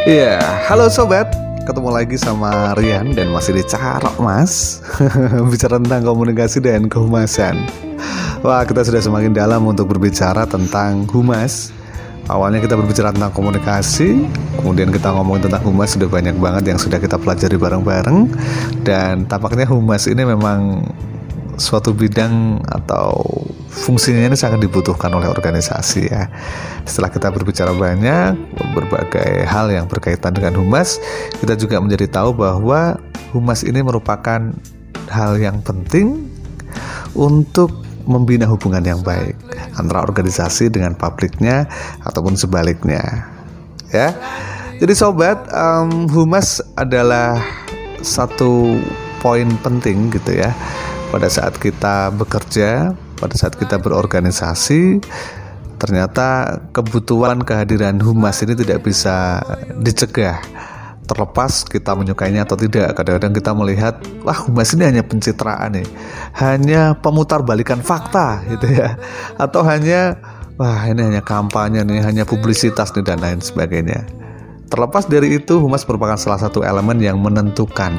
Iya, halo sobat, ketemu lagi sama Rian dan masih di Carok Mas. Bicara tentang komunikasi dan kehumasan. Wah, kita sudah semakin dalam untuk berbicara tentang humas. Awalnya kita berbicara tentang komunikasi, kemudian kita ngomongin tentang humas. Sudah banyak banget yang sudah kita pelajari bareng-bareng. Dan tampaknya humas ini memang suatu bidang atau fungsinya ini sangat dibutuhkan oleh organisasi ya. Setelah kita berbicara banyak berbagai hal yang berkaitan dengan humas, kita juga menjadi tahu bahwa humas ini merupakan hal yang penting untuk membina hubungan yang baik antara organisasi dengan publiknya ataupun sebaliknya ya. Jadi sobat, humas adalah satu poin penting gitu ya. Pada saat kita bekerja, pada saat kita berorganisasi, ternyata kebutuhan kehadiran humas ini tidak bisa dicegah. Terlepas kita menyukainya atau tidak. Kadang-kadang kita melihat, wah humas ini hanya pencitraan nih, hanya pemutar balikan fakta gitu ya. Atau hanya, wah ini hanya kampanye nih, hanya publisitas nih dan lain sebagainya. Terlepas dari itu, humas merupakan salah satu elemen yang menentukan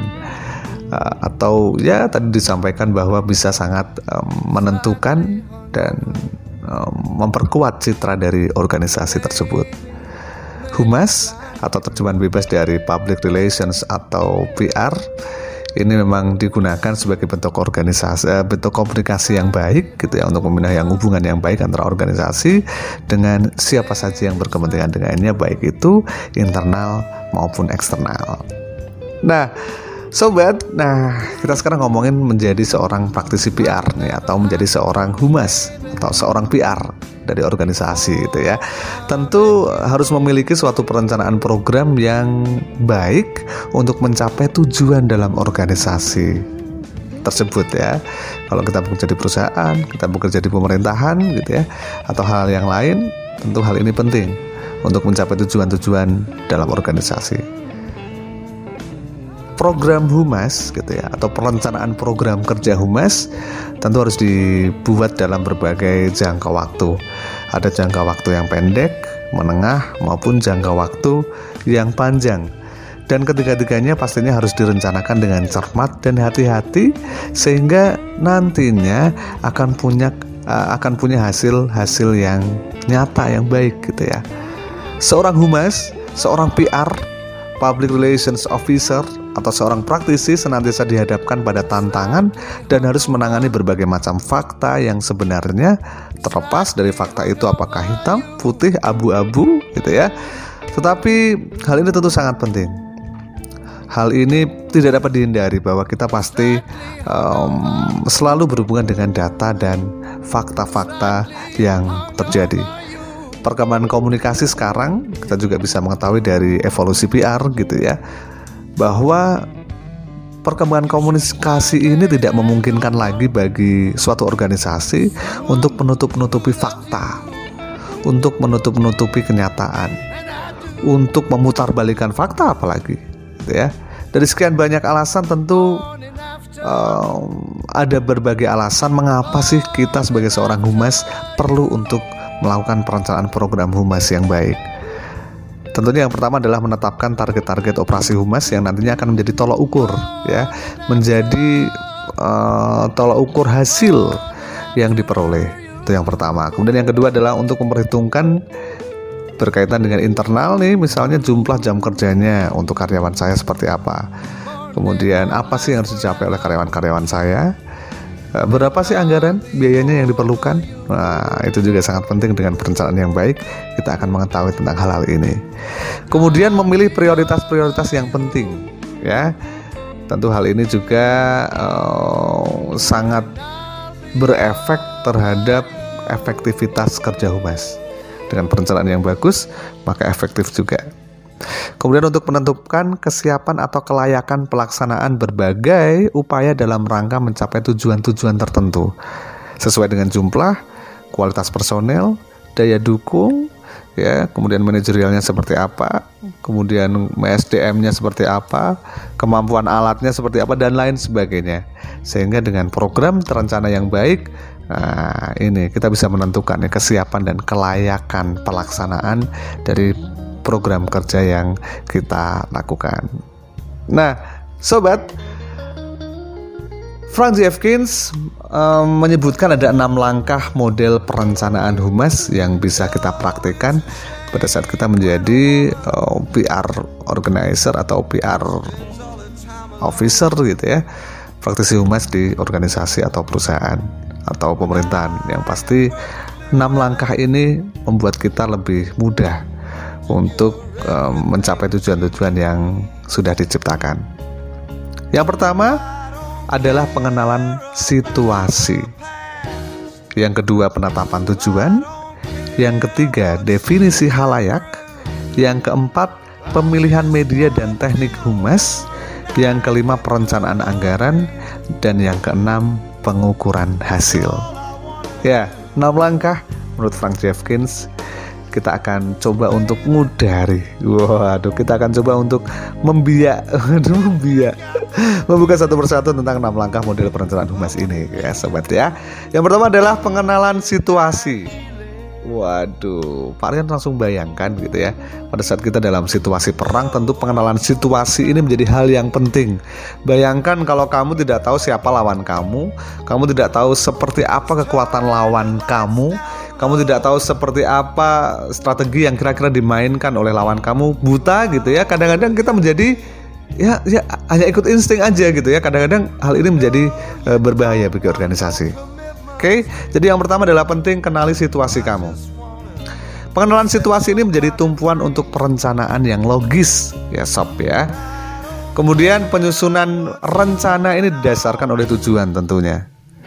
atau ya tadi disampaikan bahwa bisa sangat menentukan dan memperkuat citra dari organisasi tersebut. Humas atau terjemahan bebas dari public relations atau PR ini memang digunakan sebagai bentuk organisasi, bentuk komunikasi yang baik gitu ya, untuk membina hubungan yang baik antara organisasi dengan siapa saja yang berkepentingan dengannya, baik itu internal maupun eksternal. Nah sobat, kita sekarang ngomongin menjadi seorang praktisi PR nih, atau menjadi seorang humas atau seorang PR dari organisasi gitu ya. Tentu harus memiliki suatu perencanaan program yang baik untuk mencapai tujuan dalam organisasi tersebut ya. Kalau kita bekerja di perusahaan, kita bekerja di pemerintahan gitu ya, atau hal yang lain, tentu hal ini penting untuk mencapai tujuan-tujuan dalam organisasi. Program humas gitu ya, atau perencanaan program kerja humas tentu harus dibuat dalam berbagai jangka waktu. Ada jangka waktu yang pendek, menengah maupun jangka waktu yang panjang. Dan ketiga-tiganya pastinya harus direncanakan dengan cermat dan hati-hati sehingga nantinya akan punya hasil yang nyata yang baik gitu ya. Seorang humas, seorang PR, public relations officer atau seorang praktisi senantiasa dihadapkan pada tantangan dan harus menangani berbagai macam fakta yang sebenarnya terlepas dari fakta itu apakah hitam, putih, abu-abu gitu ya. Tetapi hal ini tentu sangat penting. Hal ini tidak dapat dihindari bahwa kita pasti selalu berhubungan dengan data dan fakta-fakta yang terjadi. Perkembangan komunikasi sekarang kita juga bisa mengetahui dari evolusi PR gitu ya, bahwa perkembangan komunikasi ini tidak memungkinkan lagi bagi suatu organisasi untuk menutup-nutupi fakta, untuk menutup-nutupi kenyataan, untuk memutarbalikkan fakta apalagi gitu ya. Dari sekian banyak alasan tentu ada berbagai alasan mengapa sih kita sebagai seorang humas perlu untuk melakukan perencanaan program humas yang baik. Tentunya yang pertama adalah menetapkan target-target operasi humas yang nantinya akan menjadi tolak ukur ya, menjadi tolak ukur hasil yang diperoleh. Itu yang pertama. Kemudian yang kedua adalah untuk memperhitungkan berkaitan dengan internal nih, misalnya jumlah jam kerjanya untuk karyawan saya seperti apa. Kemudian apa sih yang harus dicapai oleh karyawan-karyawan saya? Berapa sih anggaran biayanya yang diperlukan? Nah, itu juga sangat penting. Dengan perencanaan yang baik kita akan mengetahui tentang hal-hal ini. Kemudian memilih prioritas-prioritas yang penting ya. Tentu hal ini juga sangat berefek terhadap efektivitas kerja humas. Dengan perencanaan yang bagus maka efektif juga. Kemudian untuk menentukan kesiapan atau kelayakan pelaksanaan berbagai upaya dalam rangka mencapai tujuan-tujuan tertentu sesuai dengan jumlah, kualitas personel, daya dukung ya, kemudian manajerialnya seperti apa, kemudian SDM-nya seperti apa, kemampuan alatnya seperti apa dan lain sebagainya. Sehingga dengan program terencana yang baik, nah ini kita bisa menentukan ya, kesiapan dan kelayakan pelaksanaan dari program kerja yang kita lakukan. Nah, sobat, Frank Jeffkins menyebutkan ada 6 langkah model perencanaan humas yang bisa kita praktikkan pada saat kita menjadi PR organizer atau PR officer gitu ya, praktisi humas di organisasi atau perusahaan atau pemerintahan. Yang pasti 6 langkah ini membuat kita lebih mudah untuk mencapai tujuan-tujuan yang sudah diciptakan. Yang pertama adalah pengenalan situasi. Yang kedua, penetapan tujuan. Yang ketiga, definisi halayak. Yang keempat, pemilihan media dan teknik humas. Yang kelima, perencanaan anggaran. Dan yang keenam, pengukuran hasil. Ya, 6 langkah menurut Frank Jeffkins. Kita akan coba untuk ngudari. Waduh, kita akan coba untuk membiak membuka satu persatu tentang 6 langkah model perencanaan humas ini ya sobat ya. Yang pertama adalah pengenalan situasi. Waduh, Pak Rian langsung bayangkan gitu ya, pada saat kita dalam situasi perang, tentu pengenalan situasi ini menjadi hal yang penting. Bayangkan kalau kamu tidak tahu siapa lawan kamu tidak tahu seperti apa kekuatan lawan kamu tidak tahu seperti apa strategi yang kira-kira dimainkan oleh lawan kamu, buta gitu ya. Kadang-kadang kita menjadi ya hanya ikut insting aja gitu ya. Kadang-kadang hal ini menjadi berbahaya bagi organisasi. Oke, jadi yang pertama adalah penting kenali situasi kamu. Pengenalan situasi ini menjadi tumpuan untuk perencanaan yang logis ya sob ya. Kemudian penyusunan rencana ini didasarkan oleh tujuan tentunya.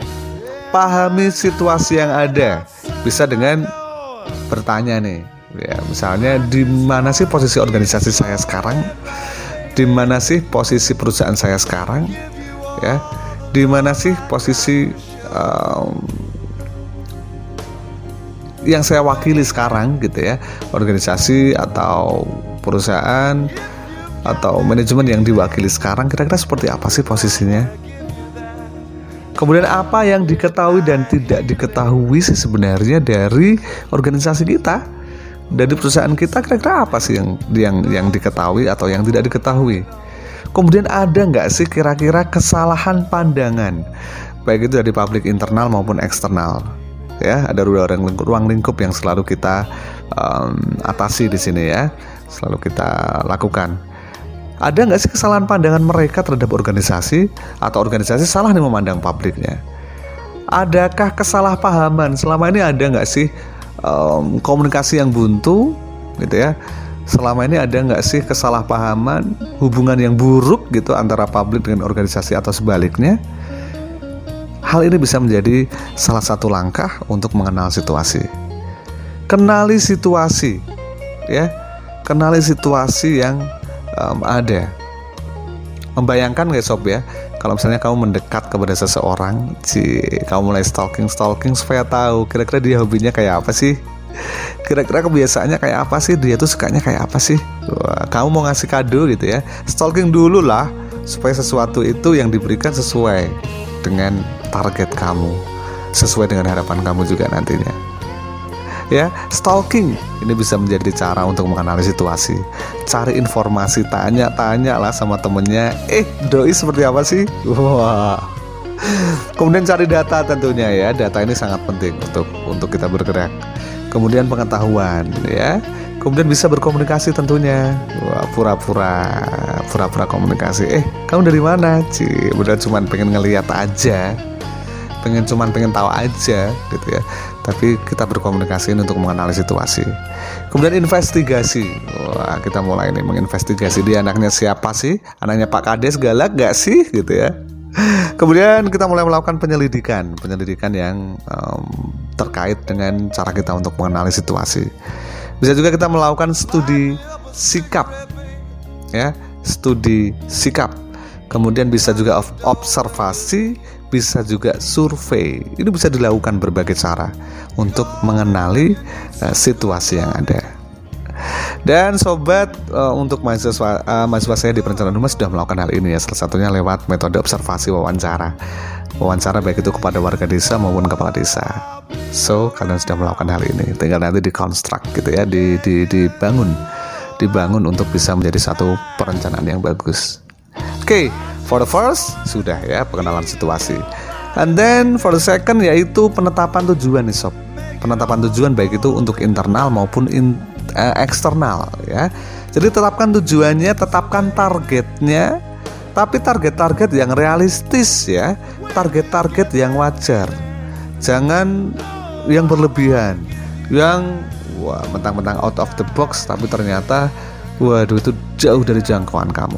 Pahami situasi yang ada, bisa dengan bertanya nih ya, misalnya di mana sih posisi organisasi saya sekarang, di mana sih posisi perusahaan saya sekarang ya, di mana sih posisi yang saya wakili sekarang gitu ya, organisasi atau perusahaan atau manajemen yang diwakili sekarang, kira-kira seperti apa sih posisinya. Kemudian apa yang diketahui dan tidak diketahui sih sebenarnya dari organisasi kita, dari perusahaan kita, kira-kira apa sih yang diketahui atau yang tidak diketahui. Kemudian ada nggak sih kira-kira kesalahan pandangan, baik itu dari publik internal maupun eksternal. Ya, ada ruang lingkup yang selalu kita atasi di sini ya, selalu kita lakukan. Ada nggak sih kesalahan pandangan mereka terhadap organisasi, atau organisasi salah nih memandang publiknya? Adakah kesalahpahaman? Selama ini ada nggak sih komunikasi yang buntu, gitu ya? Selama ini ada nggak sih kesalahpahaman, hubungan yang buruk gitu antara publik dengan organisasi atau sebaliknya? Hal ini bisa menjadi salah satu langkah untuk mengenal situasi. Kenali situasi, ya, kenali situasi yang ada. Membayangkan guys sob ya, kalau misalnya kamu mendekat kepada seseorang, kamu mulai stalking supaya tahu kira-kira dia hobinya kayak apa sih, kira-kira kebiasaannya kayak apa sih, dia tuh sukanya kayak apa sih. Wah, kamu mau ngasih kado gitu ya, stalking dulu lah supaya sesuatu itu yang diberikan sesuai dengan target kamu, sesuai dengan harapan kamu juga nantinya. Ya, stalking ini bisa menjadi cara untuk mengenali situasi. Cari informasi, tanya lah sama temennya, doi seperti apa sih? Wah. Kemudian cari data tentunya ya, data ini sangat penting untuk kita bergerak. Kemudian pengetahuan ya. Kemudian bisa berkomunikasi tentunya. Wah, pura-pura komunikasi. Kamu dari mana? Udah cuman pengen ngeliat aja. Pengen tahu aja gitu ya. Tapi kita berkomunikasi untuk mengenali situasi. Kemudian investigasi. Wah, kita mulai nih menginvestigasi, dia anaknya siapa sih? Anaknya Pak Kades galak gak sih gitu ya. Kemudian kita mulai melakukan penyelidikan yang terkait dengan cara kita untuk mengenali situasi. Bisa juga kita melakukan studi sikap ya, studi sikap. Kemudian bisa juga observasi, bisa juga survei. Ini bisa dilakukan berbagai cara untuk mengenali situasi yang ada. Dan sobat, untuk mahasiswa saya di perencanaan humas sudah melakukan hal ini ya. Salah satunya lewat metode observasi wawancara baik itu kepada warga desa maupun kepala desa. So kalian sudah melakukan hal ini, tinggal nanti dikonstruk gitu ya, dibangun dibangun untuk bisa menjadi satu perencanaan yang bagus. Oke, for the first sudah ya pengenalan situasi. And then for the second yaitu penetapan tujuan nih sob. Penetapan tujuan baik itu untuk internal maupun eksternal ya. Jadi tetapkan tujuannya, tetapkan targetnya, tapi target-target yang realistis ya, target-target yang wajar. Jangan yang berlebihan, yang mentang-mentang out of the box tapi ternyata waduh itu jauh dari jangkauan kamu.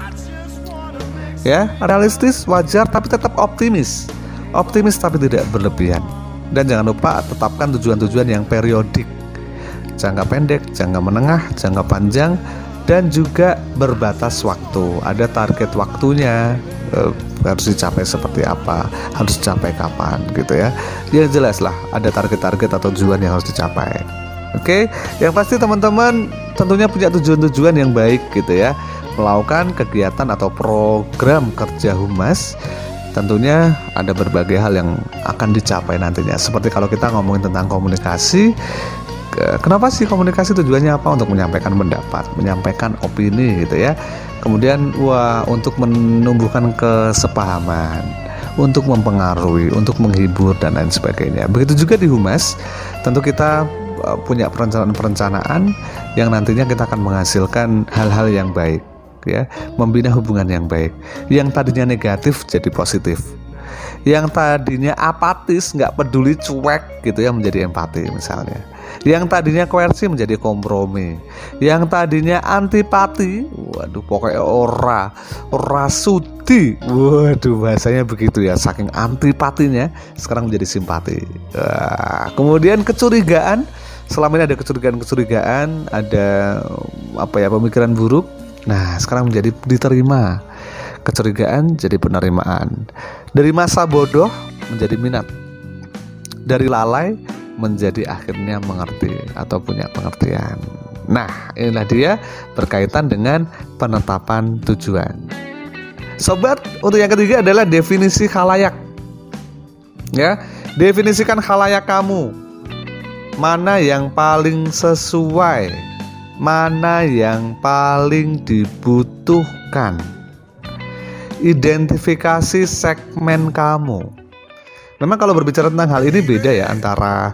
Ya, realistis, wajar tapi tetap optimis. Optimis tapi tidak berlebihan. Dan jangan lupa tetapkan tujuan-tujuan yang periodik. Jangka pendek, jangka menengah, jangka panjang, dan juga berbatas waktu. Ada target waktunya, harus dicapai seperti apa, harus dicapai kapan gitu ya. Yang jelas lah ada target-target atau tujuan yang harus dicapai. Oke, yang pasti teman-teman tentunya punya tujuan-tujuan yang baik gitu ya. Melakukan kegiatan atau program kerja humas, tentunya ada berbagai hal yang akan dicapai nantinya. Seperti kalau kita ngomongin tentang komunikasi, kenapa sih komunikasi tujuannya apa? Untuk menyampaikan pendapat, menyampaikan opini gitu ya. Kemudian untuk menumbuhkan kesepahaman, untuk mempengaruhi, untuk menghibur dan lain sebagainya. Begitu juga di humas, tentu kita punya perencanaan yang nantinya kita akan menghasilkan hal-hal yang baik ya, membina hubungan yang baik. Yang tadinya negatif jadi positif, yang tadinya apatis, nggak peduli, cuek gitu ya, menjadi empati misalnya. Yang tadinya koersi menjadi kompromi, yang tadinya antipati, waduh pokoknya ora sudi, waduh bahasanya begitu ya, saking antipatinya sekarang menjadi simpati. Kemudian kecurigaan, selama ini ada kecurigaan, ada pemikiran buruk. Nah sekarang menjadi diterima. Kecurigaan jadi penerimaan. Dari masa bodoh menjadi minat. Dari lalai menjadi akhirnya mengerti atau punya pengertian. Nah inilah dia berkaitan dengan penetapan tujuan. Sobat, untuk yang ketiga adalah definisi khalayak. Ya, definisikan khalayak kamu. Mana yang paling sesuai, mana yang paling dibutuhkan. Identifikasi segmen kamu. Memang kalau berbicara tentang hal ini beda ya antara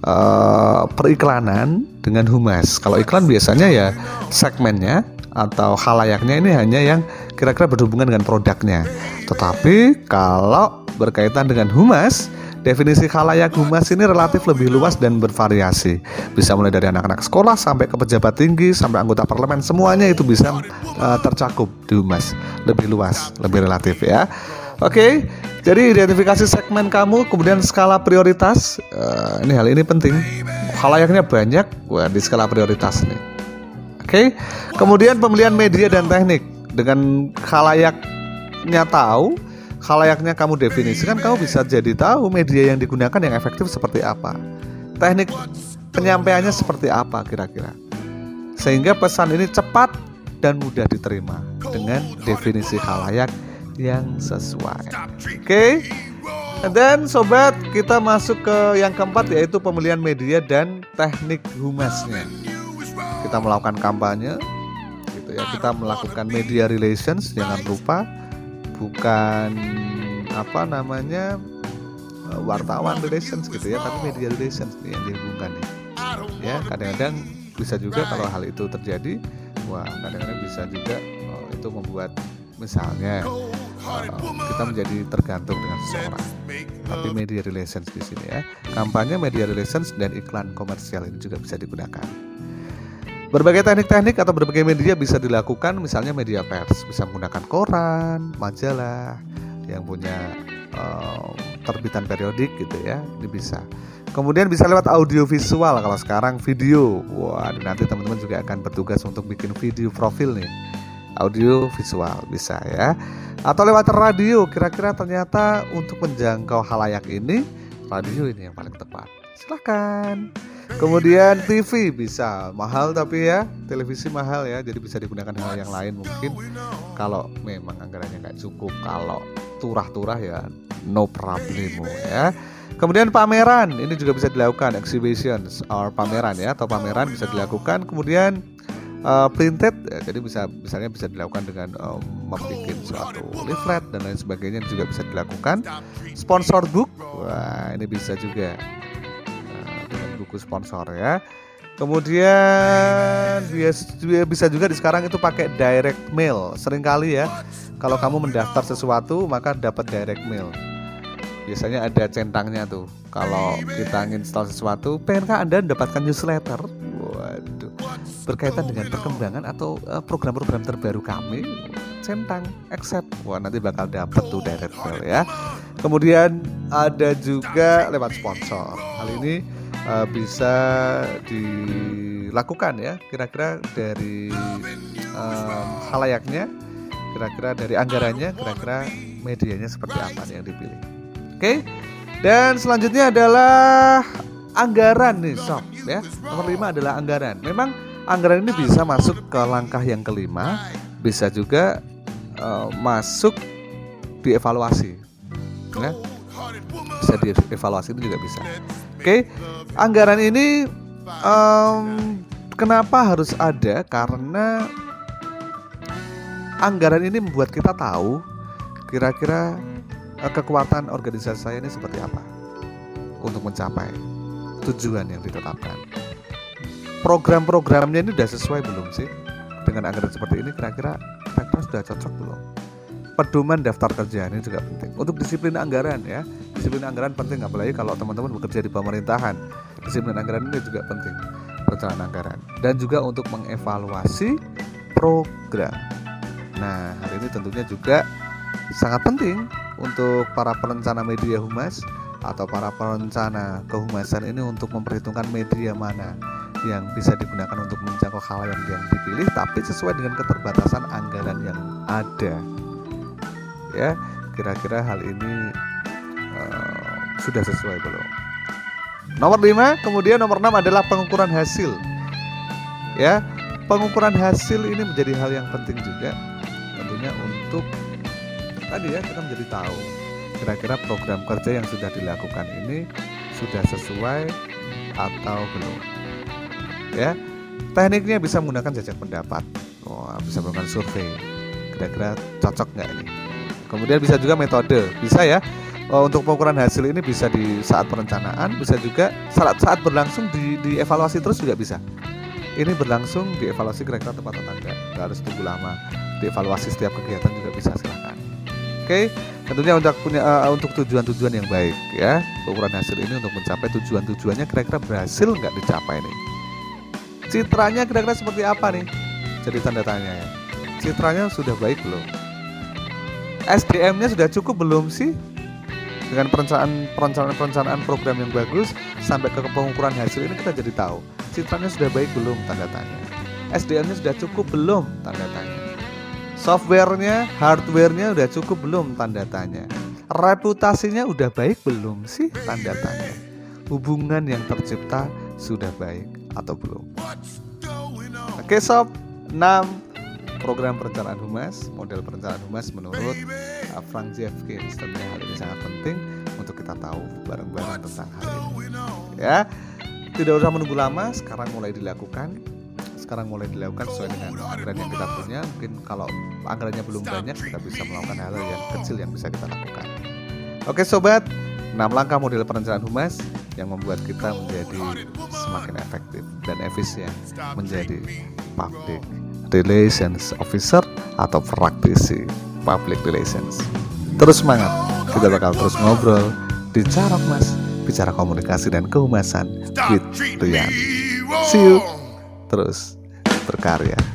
periklanan dengan humas. Kalau iklan biasanya ya segmennya atau khalayaknya ini hanya yang kira-kira berhubungan dengan produknya. Tetapi kalau berkaitan dengan humas, definisi khalayak humas ini relatif lebih luas dan bervariasi. Bisa mulai dari anak-anak sekolah sampai ke pejabat tinggi, sampai anggota parlemen, semuanya itu bisa tercakup di humas. Lebih luas, lebih relatif ya. Oke, jadi identifikasi segmen kamu, kemudian skala prioritas. Hal ini penting. Khalayaknya banyak, di skala prioritas nih. Oke, kemudian pemilihan media dan teknik. Dengan khalayaknya tahu, khalayaknya kamu definisikan, kamu bisa jadi tahu media yang digunakan yang efektif seperti apa, teknik penyampaiannya seperti apa kira-kira, sehingga pesan ini cepat dan mudah diterima dengan definisi khalayak yang sesuai. Oke. Dan sobat, kita masuk ke yang keempat, yaitu pemilihan media dan teknik humasnya. Kita melakukan kampanye gitu ya, kita melakukan media relations, jangan lupa, bukan wartawan relations gitu ya, tapi media relations nih yang dihubungkan nih. Ya, kadang-kadang bisa juga kalau hal itu terjadi, kadang-kadang bisa juga itu membuat misalnya kita menjadi tergantung dengan seseorang. Tapi media relations di sini ya, kampanye, media relations dan iklan komersial ini juga bisa digunakan. Berbagai teknik-teknik atau berbagai media bisa dilakukan, misalnya media pers, bisa menggunakan koran, majalah yang punya terbitan periodik gitu ya, ini bisa. Kemudian bisa lewat audio visual, kalau sekarang video. Nanti teman-teman juga akan bertugas untuk bikin video profil nih. Audio visual bisa ya. Atau lewat radio, kira-kira ternyata untuk menjangkau khalayak ini, radio ini yang paling tepat. Silakan. Kemudian TV bisa, mahal tapi ya, televisi mahal ya, jadi bisa digunakan hal yang lain mungkin. Kalau memang anggarannya nggak cukup, kalau turah-turah ya no problemo ya. Kemudian pameran, ini juga bisa dilakukan, exhibitions or pameran ya, atau pameran bisa dilakukan. Kemudian printed ya, jadi misalnya bisa dilakukan dengan membuat suatu leaflet dan lain sebagainya juga bisa dilakukan. Sponsor book, wah ini bisa juga dengan buku sponsor ya. Kemudian dia bisa juga di sekarang itu pakai direct mail. Seringkali ya kalau kamu mendaftar sesuatu maka dapat direct mail. Biasanya ada centangnya tuh. Kalau kita install sesuatu, pengenkah Anda mendapatkan newsletter? Waduh, berkaitan dengan perkembangan atau program-program terbaru kami, centang accept. Wah, nanti bakal dapat tuh direct mail ya. Kemudian ada juga lewat sponsor. Hal ini bisa dilakukan ya, kira-kira dari halayaknya, kira-kira dari anggarannya, kira-kira medianya seperti apa yang dipilih. Oke. Dan selanjutnya adalah anggaran nih sob ya. Nomor 5 adalah anggaran. Memang anggaran ini bisa masuk ke langkah yang kelima, bisa juga masuk dievaluasi ya. Bisa dievaluasi itu juga bisa. Oke, anggaran ini kenapa harus ada? Karena anggaran ini membuat kita tahu kira-kira kekuatan organisasi saya ini seperti apa untuk mencapai tujuan yang ditetapkan. Program-programnya ini sudah sesuai belum sih dengan anggaran seperti ini? Kira-kira sudah cocok belum? Pedoman daftar kerja ini juga penting untuk disiplin anggaran ya. Disiplin anggaran penting, apalagi kalau teman-teman bekerja di pemerintahan. Disiplin anggaran ini juga penting, perencanaan anggaran, dan juga untuk mengevaluasi program. Nah, hal ini tentunya juga sangat penting untuk para perencana media humas atau para perencana kehumasan ini untuk memperhitungkan media mana yang bisa digunakan untuk menjangkau hal yang dipilih, tapi sesuai dengan keterbatasan anggaran yang ada. Ya, kira-kira hal ini sudah sesuai belum? Nomor 5, kemudian nomor 6 adalah pengukuran hasil. Ya, pengukuran hasil ini menjadi hal yang penting juga tentunya untuk tadi ya, kita menjadi tahu kira-kira program kerja yang sudah dilakukan ini sudah sesuai atau belum. Ya, tekniknya bisa menggunakan jajak pendapat. Bisa menggunakan survei. Kira-kira cocok nggak ini? Kemudian bisa juga metode, bisa ya. Untuk pengukuran hasil ini bisa di saat perencanaan, bisa juga saat berlangsung dievaluasi terus juga bisa. Ini berlangsung dievaluasi kira-kira tepat atau enggak, nggak harus tunggu lama. Dievaluasi setiap kegiatan juga bisa, silakan. Oke, tentunya untuk tujuan-tujuan yang baik ya. Pengukuran hasil ini untuk mencapai tujuan-tujuannya kira-kira berhasil nggak dicapai nih. Citranya kira-kira seperti apa nih? Jadi tanda tanya ya. Citranya sudah baik belum? SDM-nya sudah cukup belum sih? Dengan perencanaan program yang bagus sampai ke pengukuran hasil ini kita jadi tahu citranya sudah baik belum, tanda tanya. SDM-nya sudah cukup belum, tanda tanya. Software-nya, hardware-nya udah cukup belum, tanda tanya. Reputasinya udah baik belum sih, tanda tanya. Hubungan yang tercipta sudah baik atau belum? Oke sob, 6 program perencanaan humas, model perencanaan humas menurut Frank Jeffkins. Tentunya hal ini sangat penting untuk kita tahu bareng-bareng tentang hal ini. Ya, tidak usah menunggu lama, sekarang mulai dilakukan. Sesuai dengan anggaran yang kita punya. Mungkin kalau anggarannya belum banyak, kita bisa melakukan hal yang kecil yang bisa kita lakukan. Oke sobat, 6 langkah model perencanaan humas yang membuat kita menjadi semakin efektif dan efisien menjadi public relations officer atau praktisi public relations. Terus semangat, kita bakal terus ngobrol di Carok Mas, bicara komunikasi dan kehumasan with Rian. See you, terus berkarya.